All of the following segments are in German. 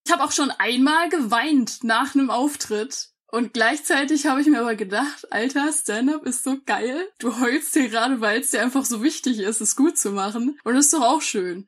Ich habe auch schon einmal geweint nach einem Auftritt. Und gleichzeitig habe ich mir aber gedacht, Alter, Stand-up ist so geil. Du heulst hier gerade, weil es dir einfach so wichtig ist, es gut zu machen. Und das ist doch auch schön.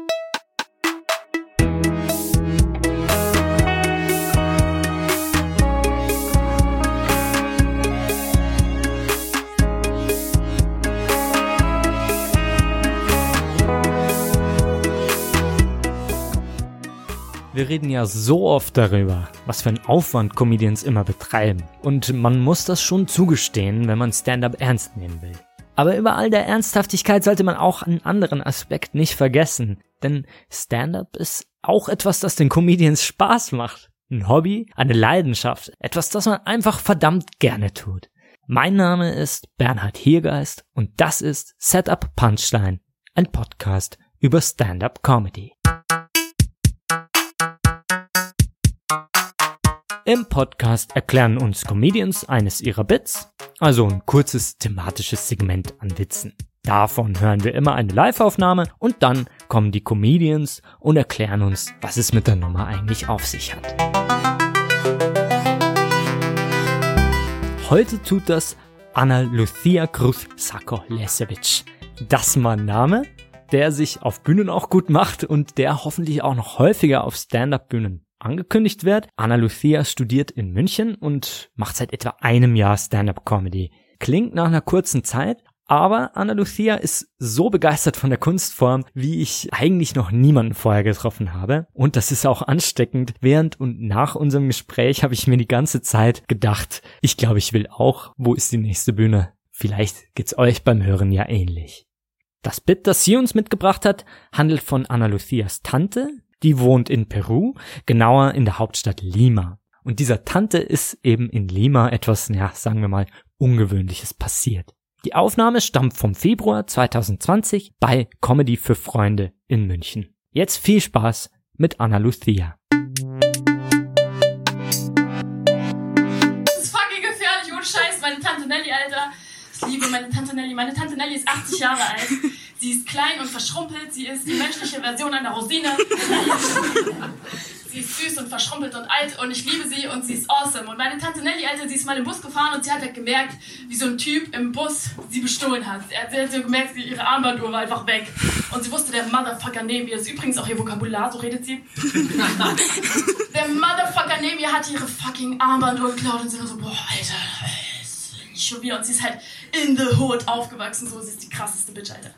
Wir reden ja so oft darüber, was für einen Aufwand Comedians immer betreiben. Und man muss das schon zugestehen, wenn man Stand-up ernst nehmen will. Aber über all der Ernsthaftigkeit sollte man auch einen anderen Aspekt nicht vergessen. Denn Stand-up ist auch etwas, das den Comedians Spaß macht. Ein Hobby, eine Leidenschaft, etwas, das man einfach verdammt gerne tut. Mein Name ist Bernhard Hiergeist und das ist Setup Punchline, ein Podcast über Stand-up Comedy. Im Podcast erklären uns Comedians eines ihrer Bits, also ein kurzes thematisches Segment an Witzen. Davon hören wir immer eine Live-Aufnahme und dann kommen die Comedians und erklären uns, was es mit der Nummer eigentlich auf sich hat. Heute tut das Ana Lucia Cruz Saco Lesevic. Das mal ein Name, der sich auf Bühnen auch gut macht und der hoffentlich auch noch häufiger auf Stand-up-Bühnen angekündigt wird. Ana Lucia studiert in München und macht seit etwa einem Jahr Stand-up-Comedy. Klingt nach einer kurzen Zeit, aber Ana Lucia ist so begeistert von der Kunstform, wie ich eigentlich noch niemanden vorher getroffen habe. Und das ist auch ansteckend. Während und nach unserem Gespräch habe ich mir die ganze Zeit gedacht, ich glaube, ich will auch, wo ist die nächste Bühne? Vielleicht geht's euch beim Hören ja ähnlich. Das Bit, das sie uns mitgebracht hat, handelt von Ana Lucias Tante. Die wohnt in Peru, genauer in der Hauptstadt Lima. Und dieser Tante ist eben in Lima etwas, ja, sagen wir mal, Ungewöhnliches passiert. Die Aufnahme stammt vom Februar 2020 bei Comedy für Freunde in München. Jetzt viel Spaß mit Ana Lucia. Das ist fucking gefährlich, ohne Scheiß, meine Tante Nelly, Alter. Ich liebe meine Tante Nelly. Meine Tante Nelly ist 80 Jahre alt. Sie ist klein und verschrumpelt. Sie ist die menschliche Version einer Rosine. Sie ist süß und verschrumpelt und alt und ich liebe sie und sie ist awesome. Und meine Tante Nelly, Alter, sie ist mal im Bus gefahren und sie hat halt gemerkt, wie so ein Typ im Bus sie bestohlen hat. Sie hat so gemerkt, ihre Armbanduhr war einfach weg. Und sie wusste, der Motherfucker neben ihr, das ist übrigens auch ihr Vokabular, so redet sie. Der Motherfucker neben ihr hat ihre fucking Armbanduhr geklaut und sie war so, boah, Alter, nicht schon wieder. Und sie ist halt in the hood aufgewachsen, so, sie ist die krasseste Bitch, Alter.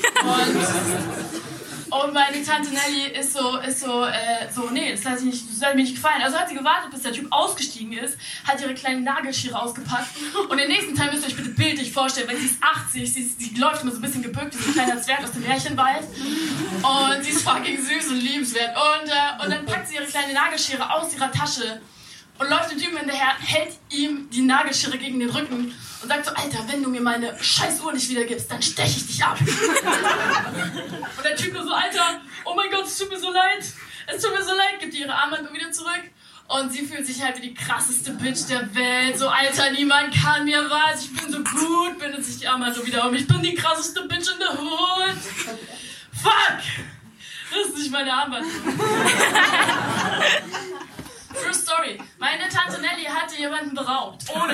Und meine Tante Nelly ist so, nee, das hat mir nicht gefallen. Also hat sie gewartet, bis der Typ ausgestiegen ist, hat ihre kleine Nagelschere ausgepackt und den nächsten Teil müsst ihr euch bitte bildlich vorstellen, weil sie ist 80, sie läuft immer so ein bisschen gebückt, wie so ein kleiner Zwerg aus dem Märchenwald und sie ist fucking süß und liebenswert und dann packt sie ihre kleine Nagelschere aus ihrer Tasche und läuft dem Typen hinterher, hält ihm die Nagelschere gegen den Rücken und sagt so, Alter, wenn du mir meine scheiß Uhr nicht wiedergibst, dann stech ich dich ab. Und der Typ nur so, Alter, oh mein Gott, es tut mir so leid, gibt ihr ihre Armbanduhr wieder zurück. Und sie fühlt sich halt wie die krasseste Bitch der Welt. So, Alter, niemand kann mir was, ich bin so gut, bindet sich die Armbanduhr wieder um, ich bin die krasseste Bitch in der Hood. Fuck! Das ist nicht meine Armbanduhr. True Story. Meine Tante Nelly hatte jemanden beraubt. Ohne.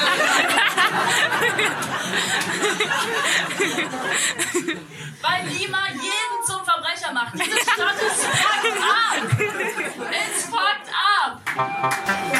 Weil Lima jeden zum Verbrecher macht. Diese Stadt ist fucked up. It's fucked up.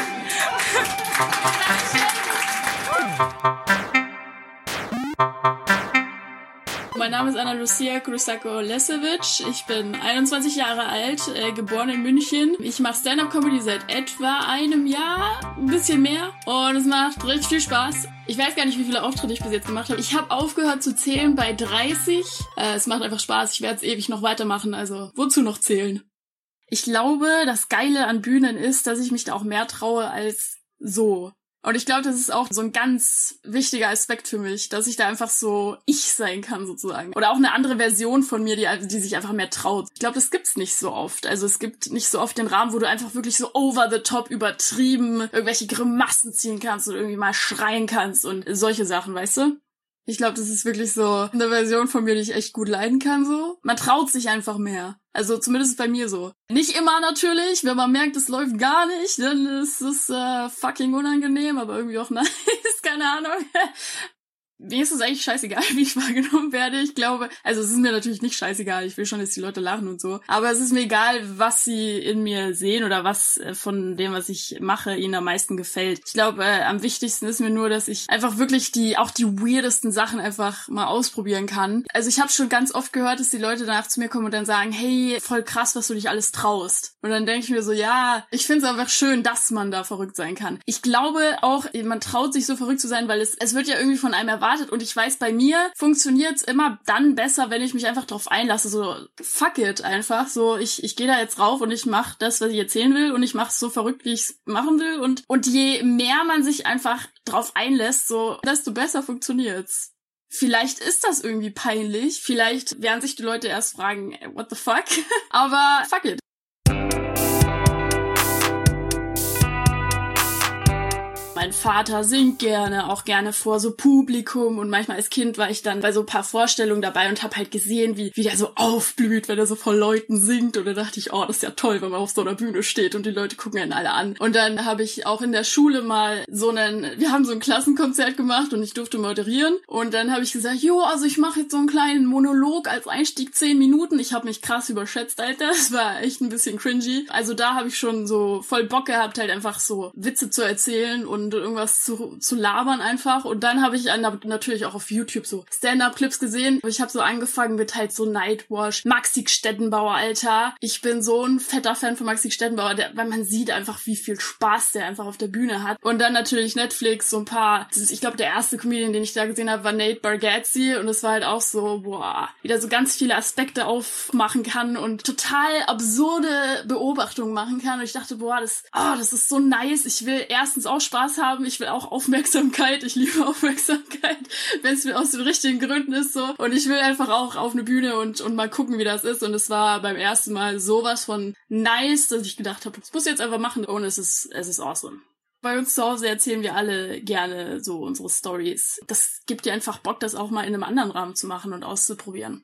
Mein Name ist Ana Lucia Cruz Saco Lesevic. Ich bin 21 Jahre alt, geboren in München. Ich mache Stand-up-Comedy seit etwa einem Jahr, ein bisschen mehr. Und es macht richtig viel Spaß. Ich weiß gar nicht, wie viele Auftritte ich bis jetzt gemacht habe. Ich habe aufgehört zu zählen bei 30. Es macht einfach Spaß. Ich werde es ewig noch weitermachen. Also wozu noch zählen? Ich glaube, das Geile an Bühnen ist, dass ich mich da auch mehr traue als so. Und ich glaube, das ist auch so ein ganz wichtiger Aspekt für mich, dass ich da einfach so ich sein kann sozusagen. Oder auch eine andere Version von mir, die sich einfach mehr traut. Ich glaube, das gibt's nicht so oft. Also es gibt nicht so oft den Rahmen, wo du einfach wirklich so over the top übertrieben irgendwelche Grimassen ziehen kannst oder irgendwie mal schreien kannst und solche Sachen, weißt du? Ich glaube, das ist wirklich so eine Version von mir, die ich echt gut leiden kann, so. Man traut sich einfach mehr. Also zumindest bei mir so. Nicht immer natürlich, wenn man merkt, es läuft gar nicht, dann ist es fucking unangenehm, aber irgendwie auch nice, keine Ahnung. Mir ist es eigentlich scheißegal, wie ich wahrgenommen werde. Ich glaube, also es ist mir natürlich nicht scheißegal. Ich will schon, dass die Leute lachen und so. Aber es ist mir egal, was sie in mir sehen oder was von dem, was ich mache, ihnen am meisten gefällt. Ich glaube, am wichtigsten ist mir nur, dass ich einfach wirklich auch die weirdesten Sachen einfach mal ausprobieren kann. Also ich habe schon ganz oft gehört, dass die Leute danach zu mir kommen und dann sagen, hey, voll krass, was du dich alles traust. Und dann denke ich mir so, ja, ich finde es einfach schön, dass man da verrückt sein kann. Ich glaube auch, man traut sich so verrückt zu sein, weil es wird ja irgendwie von einem erwartet. Und ich weiß, bei mir funktioniert's immer dann besser, wenn ich mich einfach drauf einlasse. So, fuck it einfach. So, ich gehe da jetzt rauf und ich mache das, was ich erzählen will. Und ich mache es so verrückt, wie ich es machen will. Und je mehr man sich einfach drauf einlässt, so, desto besser funktioniert's. Vielleicht ist das irgendwie peinlich. Vielleicht werden sich die Leute erst fragen, what the fuck? Aber fuck it. Mein Vater singt gerne, auch gerne vor so Publikum und manchmal als Kind war ich dann bei so ein paar Vorstellungen dabei und habe halt gesehen, wie der so aufblüht, wenn er so vor Leuten singt und da dachte ich, oh, das ist ja toll, wenn man auf so einer Bühne steht und die Leute gucken einen alle an. Und dann habe ich auch in der Schule mal wir haben so ein Klassenkonzert gemacht und ich durfte moderieren und dann habe ich gesagt, also ich mache jetzt so einen kleinen Monolog als Einstieg 10 Minuten. Ich habe mich krass überschätzt, Alter, das war echt ein bisschen cringy. Also da habe ich schon so voll Bock gehabt, halt einfach so Witze zu erzählen und irgendwas zu labern einfach. Und dann habe ich natürlich auch auf YouTube so Stand-Up-Clips gesehen. Ich habe so angefangen mit halt so Nightwash, Maxi Stettenbauer, Alter. Ich bin so ein fetter Fan von Maxi Stettenbauer, weil man sieht einfach, wie viel Spaß der einfach auf der Bühne hat. Und dann natürlich Netflix, so ein paar, ich glaube, der erste Comedian, den ich da gesehen habe, war Nate Bargatze. Und es war halt auch so, wieder so ganz viele Aspekte aufmachen kann und total absurde Beobachtungen machen kann. Und ich dachte, das ist so nice. Ich will erstens auch Spaß haben, ich will auch Aufmerksamkeit, ich liebe Aufmerksamkeit, wenn es mir aus den richtigen Gründen ist so. Und ich will einfach auch auf eine Bühne und mal gucken, wie das ist. Und es war beim ersten Mal sowas von nice, dass ich gedacht habe, das muss ich jetzt einfach machen. Und es ist awesome. Bei uns zu Hause erzählen wir alle gerne so unsere Stories. Das gibt dir einfach Bock, das auch mal in einem anderen Rahmen zu machen und auszuprobieren.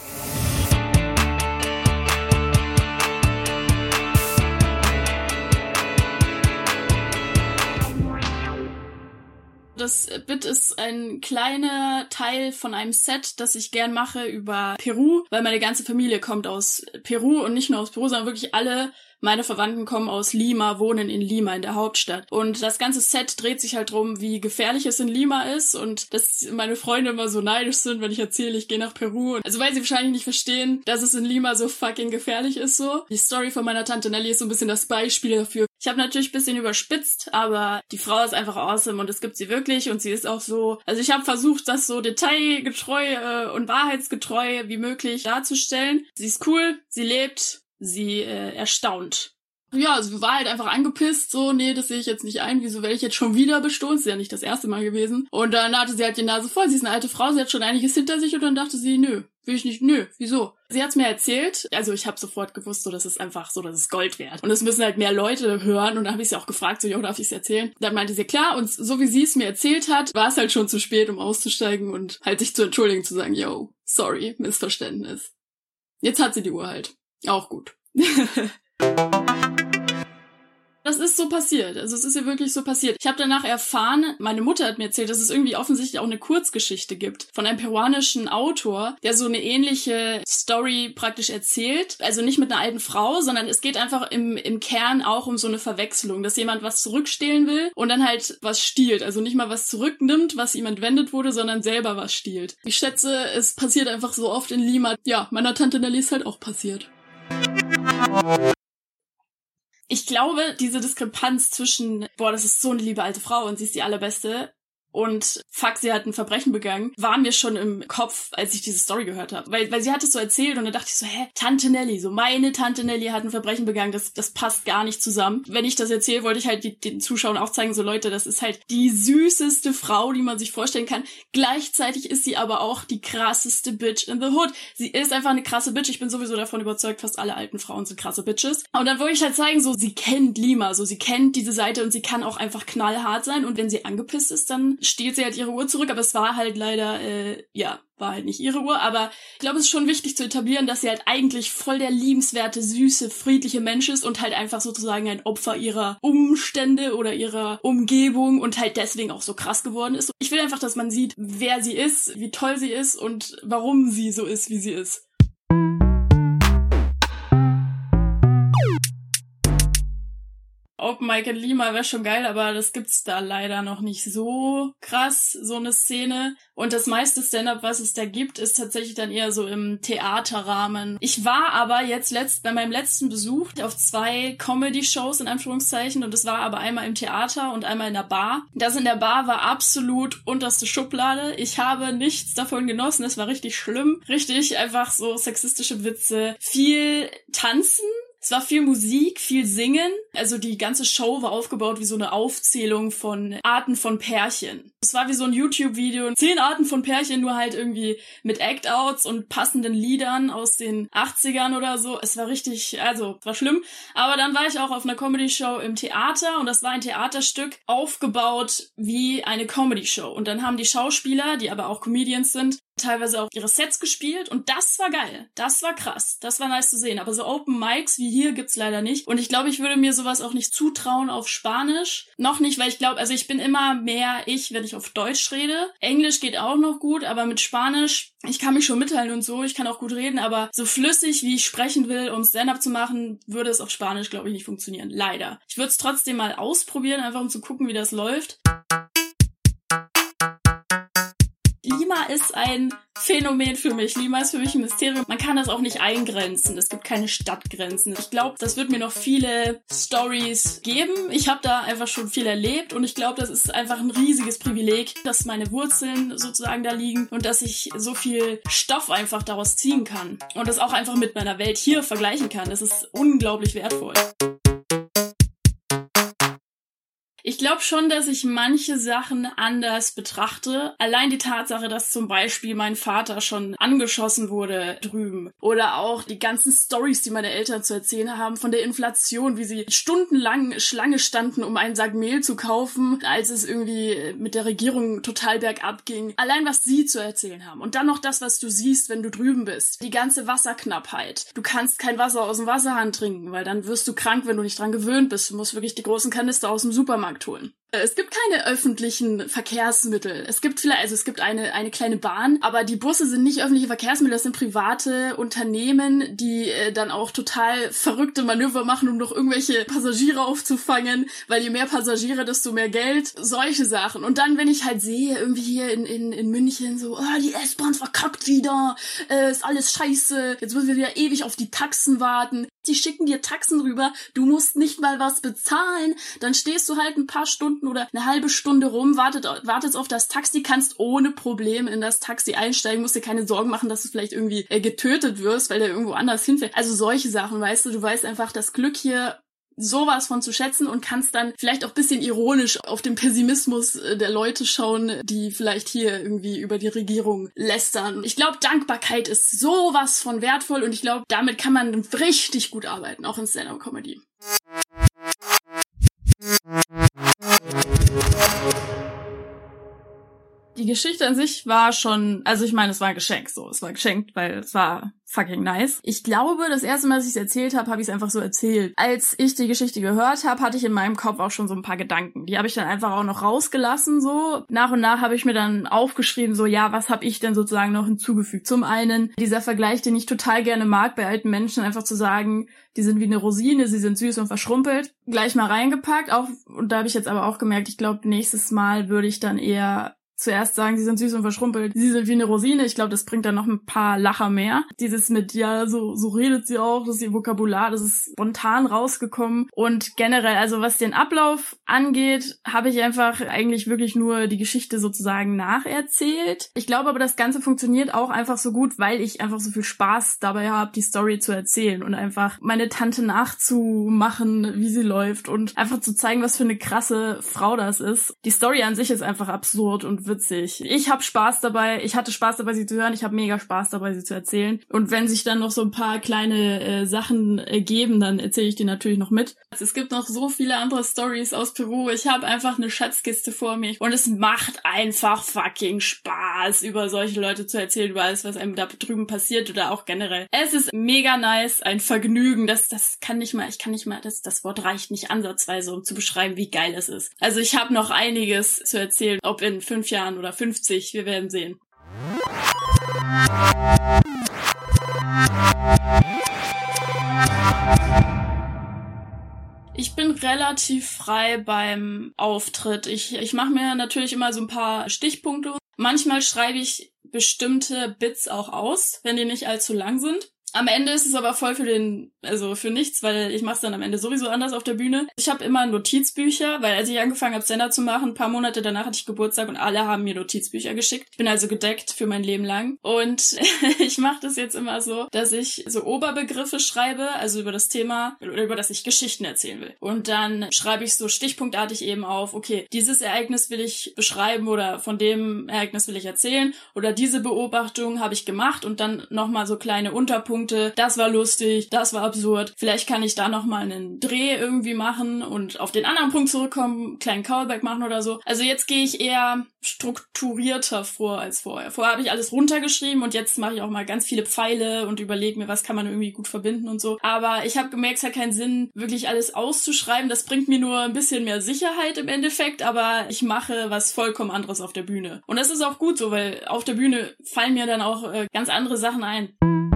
Das Bit ist ein kleiner Teil von einem Set, das ich gern mache über Peru, weil meine ganze Familie kommt aus Peru und nicht nur aus Peru, sondern wirklich alle meine Verwandten kommen aus Lima, wohnen in Lima, in der Hauptstadt. Und das ganze Set dreht sich halt drum, wie gefährlich es in Lima ist und dass meine Freunde immer so neidisch sind, wenn ich erzähle, ich gehe nach Peru. Also weil sie wahrscheinlich nicht verstehen, dass es in Lima so fucking gefährlich ist so. Die Story von meiner Tante Nelly ist so ein bisschen das Beispiel dafür. Ich habe natürlich ein bisschen überspitzt, aber die Frau ist einfach awesome und es gibt sie wirklich und sie ist auch so... Also ich habe versucht, das so detailgetreu und wahrheitsgetreu wie möglich darzustellen. Sie ist cool, sie lebt... Sie erstaunt. Ja, also wir war halt einfach angepisst, so, nee, das sehe ich jetzt nicht ein, wieso werde ich jetzt schon wieder bestohlen? Das ist ja nicht das erste Mal gewesen. Und dann hatte sie halt die Nase voll, sie ist eine alte Frau, sie hat schon einiges hinter sich und dann dachte sie, will ich nicht, wieso? Sie hat's mir erzählt, also ich habe sofort gewusst, so, das ist einfach so, das ist Gold wert. Und es müssen halt mehr Leute hören und dann habe ich sie auch gefragt, so, darf ich's erzählen? Dann meinte sie, klar, und so wie sie es mir erzählt hat, war es halt schon zu spät, um auszusteigen und halt sich zu entschuldigen, zu sagen, sorry, Missverständnis. Jetzt hat sie die Uhr halt. Auch gut. Das ist so passiert. Also es ist ja wirklich so passiert. Ich habe danach erfahren, meine Mutter hat mir erzählt, dass es irgendwie offensichtlich auch eine Kurzgeschichte gibt von einem peruanischen Autor, der so eine ähnliche Story praktisch erzählt. Also nicht mit einer alten Frau, sondern es geht einfach im Kern auch um so eine Verwechslung, dass jemand was zurückstehlen will und dann halt was stiehlt. Also nicht mal was zurücknimmt, was ihm entwendet wurde, sondern selber was stiehlt. Ich schätze, es passiert einfach so oft in Lima. Ja, meiner Tante Nelly ist halt auch passiert. Ich glaube, diese Diskrepanz zwischen, das ist so eine liebe alte Frau und sie ist die allerbeste und fuck, sie hat ein Verbrechen begangen, war mir schon im Kopf, als ich diese Story gehört habe. Weil sie hat es so erzählt und dann dachte ich so, Tante Nelly, so meine Tante Nelly hat ein Verbrechen begangen, das passt gar nicht zusammen. Wenn ich das erzähle, wollte ich halt den Zuschauern auch zeigen, so Leute, das ist halt die süßeste Frau, die man sich vorstellen kann. Gleichzeitig ist sie aber auch die krasseste Bitch in the Hood. Sie ist einfach eine krasse Bitch. Ich bin sowieso davon überzeugt, fast alle alten Frauen sind krasse Bitches. Und dann wollte ich halt zeigen, so sie kennt Lima, so sie kennt diese Seite und sie kann auch einfach knallhart sein und wenn sie angepisst ist, dann stiehlt sie halt ihre Uhr zurück, aber es war halt leider, war halt nicht ihre Uhr, aber ich glaube, es ist schon wichtig zu etablieren, dass sie halt eigentlich voll der liebenswerte, süße, friedliche Mensch ist und halt einfach sozusagen ein Opfer ihrer Umstände oder ihrer Umgebung und halt deswegen auch so krass geworden ist. Ich will einfach, dass man sieht, wer sie ist, wie toll sie ist und warum sie so ist, wie sie ist. Open Mic in Lima wäre schon geil, aber das gibt's da leider noch nicht so krass, so eine Szene. Und das meiste Stand-up, was es da gibt, ist tatsächlich dann eher so im Theaterrahmen. Ich war aber jetzt bei meinem letzten Besuch auf 2 Comedy-Shows in Anführungszeichen und es war aber einmal im Theater und einmal in der Bar. Das in der Bar war absolut unterste Schublade. Ich habe nichts davon genossen, es war richtig schlimm. Richtig einfach so sexistische Witze, viel Tanzen. Es war viel Musik, viel Singen. Also die ganze Show war aufgebaut wie so eine Aufzählung von Arten von Pärchen. Es war wie so ein YouTube-Video. 10 Arten von Pärchen, nur halt irgendwie mit Act-Outs und passenden Liedern aus den 80ern oder so. Es war richtig, also, es war schlimm. Aber dann war ich auch auf einer Comedy-Show im Theater und das war ein Theaterstück aufgebaut wie eine Comedy-Show. Und dann haben die Schauspieler, die aber auch Comedians sind, teilweise auch ihre Sets gespielt und das war geil. Das war krass. Das war nice zu sehen. Aber so Open Mics wie hier gibt's leider nicht. Und ich glaube, ich würde mir sowas auch nicht zutrauen auf Spanisch. Noch nicht, weil ich glaube, also ich bin immer mehr wenn ich auf Deutsch rede. Englisch geht auch noch gut, aber mit Spanisch, ich kann mich schon mitteilen und so, ich kann auch gut reden, aber so flüssig, wie ich sprechen will, um Stand-up zu machen, würde es auf Spanisch, glaube ich, nicht funktionieren. Leider. Ich würde es trotzdem mal ausprobieren, einfach um zu gucken, wie das läuft. Lima ist ein Phänomen für mich. Lima ist für mich ein Mysterium. Man kann das auch nicht eingrenzen. Es gibt keine Stadtgrenzen. Ich glaube, das wird mir noch viele Stories geben. Ich habe da einfach schon viel erlebt und ich glaube, das ist einfach ein riesiges Privileg, dass meine Wurzeln sozusagen da liegen und dass ich so viel Stoff einfach daraus ziehen kann und das auch einfach mit meiner Welt hier vergleichen kann. Das ist unglaublich wertvoll. Ich glaube schon, dass ich manche Sachen anders betrachte. Allein die Tatsache, dass zum Beispiel mein Vater schon angeschossen wurde drüben. Oder auch die ganzen Storys, die meine Eltern zu erzählen haben, von der Inflation, wie sie stundenlang Schlange standen, um einen Sack Mehl zu kaufen, als es irgendwie mit der Regierung total bergab ging. Allein, was sie zu erzählen haben. Und dann noch das, was du siehst, wenn du drüben bist. Die ganze Wasserknappheit. Du kannst kein Wasser aus dem Wasserhahn trinken, weil dann wirst du krank, wenn du nicht dran gewöhnt bist. Du musst wirklich die großen Kanister aus dem Supermarkt holen. Es gibt keine öffentlichen Verkehrsmittel. Es gibt eine kleine Bahn, aber die Busse sind nicht öffentliche Verkehrsmittel, das sind private Unternehmen, die dann auch total verrückte Manöver machen, um noch irgendwelche Passagiere aufzufangen, weil je mehr Passagiere, desto mehr Geld. Solche Sachen. Und dann, wenn ich halt sehe, irgendwie hier in München so, die S-Bahn verkackt wieder, ist alles scheiße, jetzt müssen wir wieder ewig auf die Taxen warten. Die schicken dir Taxen rüber, du musst nicht mal was bezahlen, dann stehst du halt ein paar Stunden oder eine halbe Stunde rum, wartest auf das Taxi, kannst ohne Probleme in das Taxi einsteigen, musst dir keine Sorgen machen, dass du vielleicht irgendwie getötet wirst, weil der irgendwo anders hinfährt. Also solche Sachen, weißt du weißt einfach das Glück hier sowas von zu schätzen und kannst dann vielleicht auch ein bisschen ironisch auf den Pessimismus der Leute schauen, die vielleicht hier irgendwie über die Regierung lästern. Ich glaube, Dankbarkeit ist sowas von wertvoll und ich glaube, damit kann man richtig gut arbeiten, auch in Stand-up-Comedy. Die Geschichte an sich war schon, also ich meine, es war ein Geschenk, so. Es war geschenkt, weil es war fucking nice. Ich glaube, das erste Mal, dass ich es erzählt habe, habe ich es einfach so erzählt. Als ich die Geschichte gehört habe, hatte ich in meinem Kopf auch schon so ein paar Gedanken. Die habe ich dann einfach auch noch rausgelassen, so. Nach und nach habe ich mir dann aufgeschrieben, so, ja, was habe ich denn sozusagen noch hinzugefügt? Zum einen dieser Vergleich, den ich total gerne mag bei alten Menschen, einfach zu sagen, die sind wie eine Rosine, sie sind süß und verschrumpelt. Gleich mal reingepackt, auch, und da habe ich jetzt aber auch gemerkt, ich glaube, nächstes Mal würde ich dann eher zuerst sagen, sie sind süß und verschrumpelt, sie sind wie eine Rosine. Ich glaube, das bringt dann noch ein paar Lacher mehr. Dieses mit, ja, so redet sie auch, das ist ihr Vokabular, das ist spontan rausgekommen. Und generell, also was den Ablauf angeht, habe ich einfach eigentlich wirklich nur die Geschichte sozusagen nacherzählt. Ich glaube aber, das Ganze funktioniert auch einfach so gut, weil ich einfach so viel Spaß dabei habe, die Story zu erzählen und einfach meine Tante nachzumachen, wie sie läuft und einfach zu zeigen, was für eine krasse Frau das ist. Die Story an sich ist einfach absurd und witzig. Ich habe Spaß dabei, ich hatte Spaß dabei, sie zu hören, ich habe mega Spaß dabei, sie zu erzählen. Und wenn sich dann noch so ein paar kleine Sachen ergeben, dann erzähle ich die natürlich noch mit. Es gibt noch so viele andere Stories aus Peru. Ich habe einfach eine Schatzkiste vor mir und es macht einfach fucking Spaß, über solche Leute zu erzählen, über alles, was einem da drüben passiert oder auch generell. Es ist mega nice, ein Vergnügen. Das Wort reicht nicht ansatzweise, um zu beschreiben, wie geil es ist. Also ich habe noch einiges zu erzählen, ob in 5 Jahren oder 50, wir werden sehen. Ich bin relativ frei beim Auftritt. Ich mache mir natürlich immer so ein paar Stichpunkte. Manchmal schreibe ich bestimmte Bits auch aus, wenn die nicht allzu lang sind. Am Ende ist es aber voll für nichts, weil ich mache es dann am Ende sowieso anders auf der Bühne. Ich habe immer Notizbücher, weil als ich angefangen habe, Stand-up zu machen, ein paar Monate danach hatte ich Geburtstag und alle haben mir Notizbücher geschickt. Ich bin also gedeckt für mein Leben lang. Und ich mache das jetzt immer so, dass ich so Oberbegriffe schreibe, also über das Thema, oder über das ich Geschichten erzählen will. Und dann schreibe ich so stichpunktartig eben auf, okay, dieses Ereignis will ich beschreiben oder von dem Ereignis will ich erzählen oder diese Beobachtung habe ich gemacht und dann nochmal so kleine Unterpunkte. Das war lustig, das war absurd. Vielleicht kann ich da nochmal einen Dreh irgendwie machen und auf den anderen Punkt zurückkommen, kleinen Callback machen oder so. Also jetzt gehe ich eher strukturierter vor als vorher. Vorher habe ich alles runtergeschrieben und jetzt mache ich auch mal ganz viele Pfeile und überlege mir, was kann man irgendwie gut verbinden und so. Aber ich habe gemerkt, es hat keinen Sinn, wirklich alles auszuschreiben. Das bringt mir nur ein bisschen mehr Sicherheit im Endeffekt, aber ich mache was vollkommen anderes auf der Bühne. Und das ist auch gut so, weil auf der Bühne fallen mir dann auch ganz andere Sachen ein.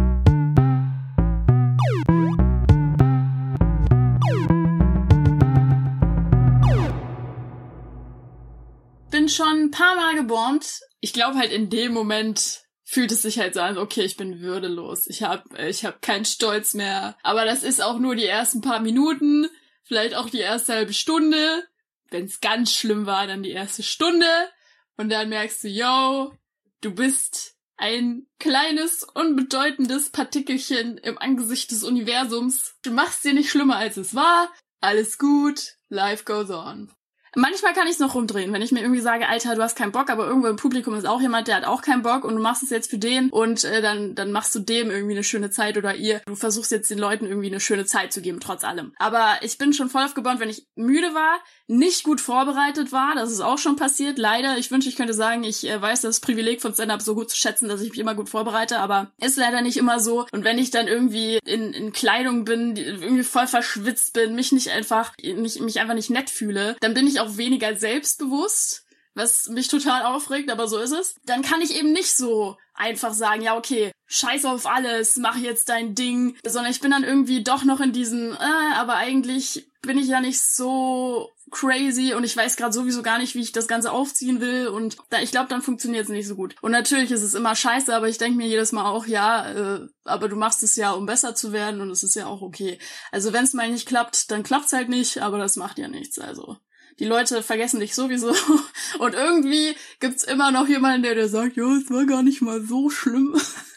Bin schon ein paar Mal gebombt. Ich glaube halt in dem Moment fühlt es sich halt so an, okay, ich bin würdelos. Ich hab keinen Stolz mehr. Aber das ist auch nur die ersten paar Minuten, vielleicht auch die erste halbe Stunde. Wenn es ganz schlimm war, dann die erste Stunde. Und dann merkst du, yo, du bist ein kleines, unbedeutendes Partikelchen im Angesicht des Universums. Du machst dir nicht schlimmer, als es war. Alles gut. Life goes on. Manchmal kann ich es noch rumdrehen, wenn ich mir irgendwie sage, Alter, du hast keinen Bock, aber irgendwo im Publikum ist auch jemand, der hat auch keinen Bock und du machst es jetzt für den und dann machst du dem irgendwie eine schöne Zeit oder du versuchst jetzt den Leuten irgendwie eine schöne Zeit zu geben, trotz allem. Aber ich bin schon voll aufgebaut, wenn ich müde war, nicht gut vorbereitet war, das ist auch schon passiert, leider. Ich wünschte, ich könnte sagen, ich weiß das Privileg von Stand-Up so gut zu schätzen, dass ich mich immer gut vorbereite, aber ist leider nicht immer so. Und wenn ich dann irgendwie in Kleidung bin, irgendwie voll verschwitzt bin, mich einfach nicht nett fühle, dann bin ich auch weniger selbstbewusst, was mich total aufregt, aber so ist es. Dann kann ich eben nicht so einfach sagen, ja okay, scheiß auf alles, mach jetzt dein Ding, sondern ich bin dann irgendwie doch noch in diesem, aber eigentlich bin ich ja nicht so crazy und ich weiß gerade sowieso gar nicht, wie ich das Ganze aufziehen will und ich glaube, dann funktioniert es nicht so gut. Und natürlich ist es immer scheiße, aber ich denke mir jedes Mal auch, ja, aber du machst es ja, um besser zu werden und es ist ja auch okay. Also wenn es mal nicht klappt, dann klappt's halt nicht, aber das macht ja nichts, also die Leute vergessen dich sowieso und irgendwie gibt's immer noch jemanden, der sagt, ja, es war gar nicht mal so schlimm.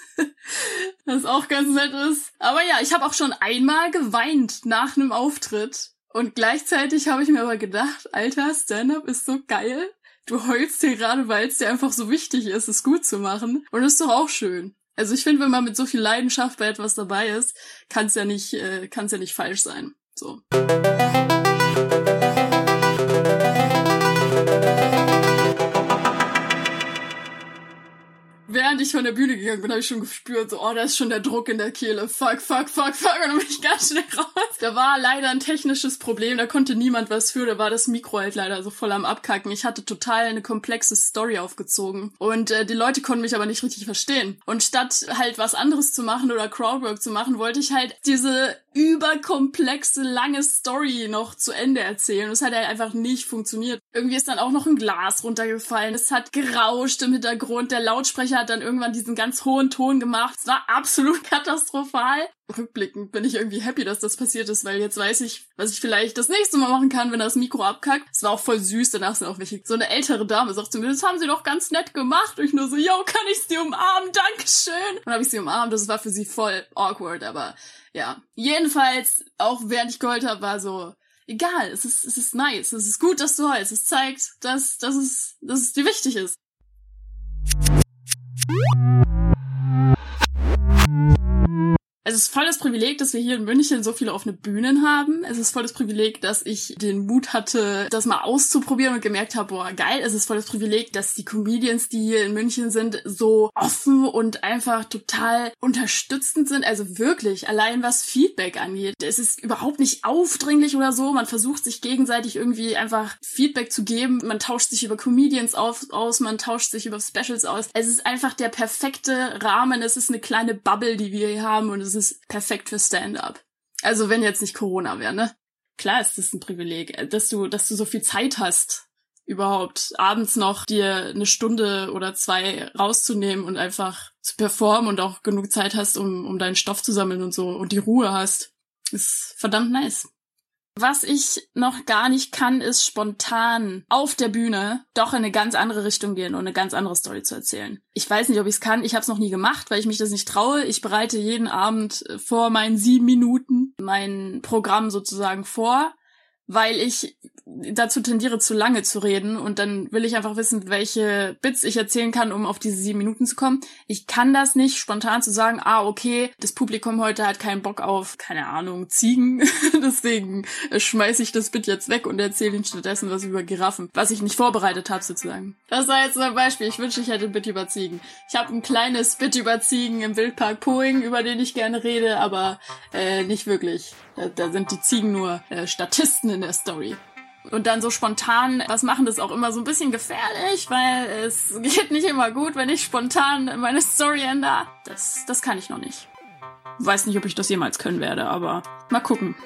Was auch ganz nett ist. Aber ja, ich habe auch schon einmal geweint nach einem Auftritt und gleichzeitig habe ich mir aber gedacht, Alter, Stand-Up ist so geil. Du heulst dir gerade, weil es dir einfach so wichtig ist, es gut zu machen und ist doch auch schön. Also ich finde, wenn man mit so viel Leidenschaft bei etwas dabei ist, kann's ja nicht falsch sein. So. Während ich von der Bühne gegangen bin, habe ich schon gespürt, so, da ist schon der Druck in der Kehle. Fuck. Und dann bin ich ganz schnell raus. Da war leider ein technisches Problem, da konnte niemand was für, da war das Mikro halt leider so voll am Abkacken. Ich hatte total eine komplexe Story aufgezogen. Und die Leute konnten mich aber nicht richtig verstehen. Und statt halt was anderes zu machen oder Crowdwork zu machen, wollte ich halt diese überkomplexe, lange Story noch zu Ende erzählen. Das hat halt einfach nicht funktioniert. Irgendwie ist dann auch noch ein Glas runtergefallen. Es hat gerauscht im Hintergrund. Der Lautsprecher hat dann irgendwann diesen ganz hohen Ton gemacht. Es war absolut katastrophal. Rückblickend bin ich irgendwie happy, dass das passiert ist, weil jetzt weiß ich, was ich vielleicht das nächste Mal machen kann, wenn das Mikro abkackt. Es war auch voll süß, danach sind auch welche, so eine ältere Dame sagt zu mir, das haben sie doch ganz nett gemacht. Und ich nur so, yo, kann ich sie umarmen? Dankeschön. Und habe ich sie umarmt, das war für sie voll awkward, aber ja. Jedenfalls, auch während ich geheult habe, war so, egal, es ist nice, es ist gut, dass du heulst, es zeigt, dass es dir wichtig ist. Es ist voll das Privileg, dass wir hier in München so viele offene Bühnen haben. Es ist voll das Privileg, dass ich den Mut hatte, das mal auszuprobieren und gemerkt habe, boah, geil. Es ist voll das Privileg, dass die Comedians, die hier in München sind, so offen und einfach total unterstützend sind. Also wirklich, allein was Feedback angeht. Es ist überhaupt nicht aufdringlich oder so. Man versucht sich gegenseitig irgendwie einfach Feedback zu geben. Man tauscht sich über Comedians aus, man tauscht sich über Specials aus. Es ist einfach der perfekte Rahmen. Es ist eine kleine Bubble, die wir hier haben, und es ist perfekt für Stand-up. Also wenn jetzt nicht Corona wäre, ne? Klar ist das ein Privileg, dass du so viel Zeit hast, überhaupt abends noch dir eine Stunde oder 2 rauszunehmen und einfach zu performen und auch genug Zeit hast, um deinen Stoff zu sammeln und so und die Ruhe hast. Ist verdammt nice. Was ich noch gar nicht kann, ist spontan auf der Bühne doch in eine ganz andere Richtung gehen und eine ganz andere Story zu erzählen. Ich weiß nicht, ob ich es kann. Ich habe es noch nie gemacht, weil ich mich das nicht traue. Ich bereite jeden Abend vor meinen 7 Minuten mein Programm sozusagen vor, weil ich dazu tendiere, zu lange zu reden, und dann will ich einfach wissen, welche Bits ich erzählen kann, um auf diese 7 Minuten zu kommen. Ich kann das nicht, spontan zu sagen, okay, das Publikum heute hat keinen Bock auf, keine Ahnung, Ziegen, deswegen schmeiße ich das Bit jetzt weg und erzähle ihnen stattdessen was über Giraffen, was ich nicht vorbereitet habe sozusagen. Das war jetzt ein Beispiel. Ich wünsche, ich hätte ein Bit über Ziegen. Ich habe ein kleines Bit über Ziegen im Wildpark Poing, über den ich gerne rede, aber nicht wirklich. Da sind die Ziegen nur Statisten in der Story. Und dann so spontan was machen, das ist auch immer so ein bisschen gefährlich, weil es geht nicht immer gut, wenn ich spontan meine Story ändere. Das kann ich noch nicht. Weiß nicht, ob ich das jemals können werde, aber mal gucken.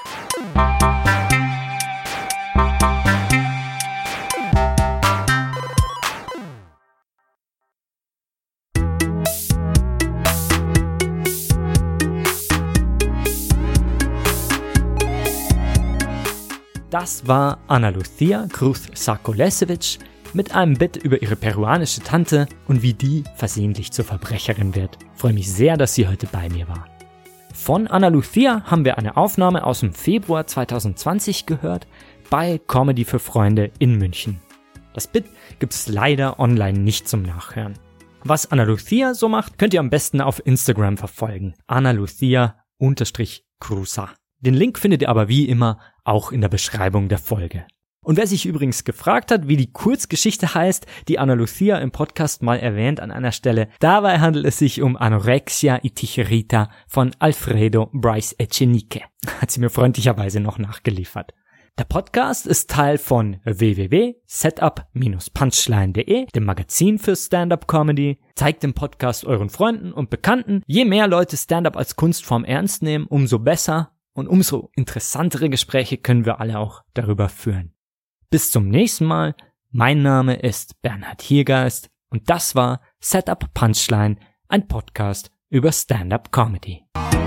Das war Ana Lucia Cruz Sacco-Lesevic mit einem Bit über ihre peruanische Tante und wie die versehentlich zur Verbrecherin wird. Ich freue mich sehr, dass sie heute bei mir war. Von Ana Lucia haben wir eine Aufnahme aus dem Februar 2020 gehört bei Comedy für Freunde in München. Das Bit gibt es leider online nicht zum Nachhören. Was Ana Lucia so macht, könnt ihr am besten auf Instagram verfolgen. Ana Lucia_Cruza. Den Link findet ihr aber wie immer auch in der Beschreibung der Folge. Und wer sich übrigens gefragt hat, wie die Kurzgeschichte heißt, die Ana Lucia im Podcast mal erwähnt an einer Stelle, dabei handelt es sich um Anorexia y Tijerita von Alfredo Bryce Echenique. Hat sie mir freundlicherweise noch nachgeliefert. Der Podcast ist Teil von www.setup-punchline.de, dem Magazin für Stand-Up-Comedy. Zeigt den Podcast euren Freunden und Bekannten. Je mehr Leute Stand-Up als Kunstform ernst nehmen, umso besser. Und umso interessantere Gespräche können wir alle auch darüber führen. Bis zum nächsten Mal. Mein Name ist Bernhard Hiergeist und das war Setup Punchline, ein Podcast über Stand-Up Comedy.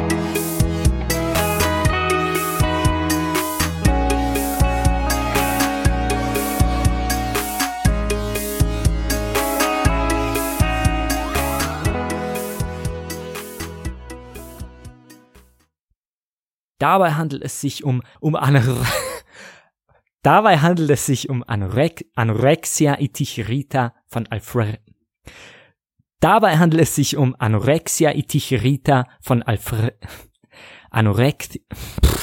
Dabei handelt es sich um Anorexia y Tijerita von Alfredo. Dabei handelt es sich um Anorexia y Tijerita von Alfredo.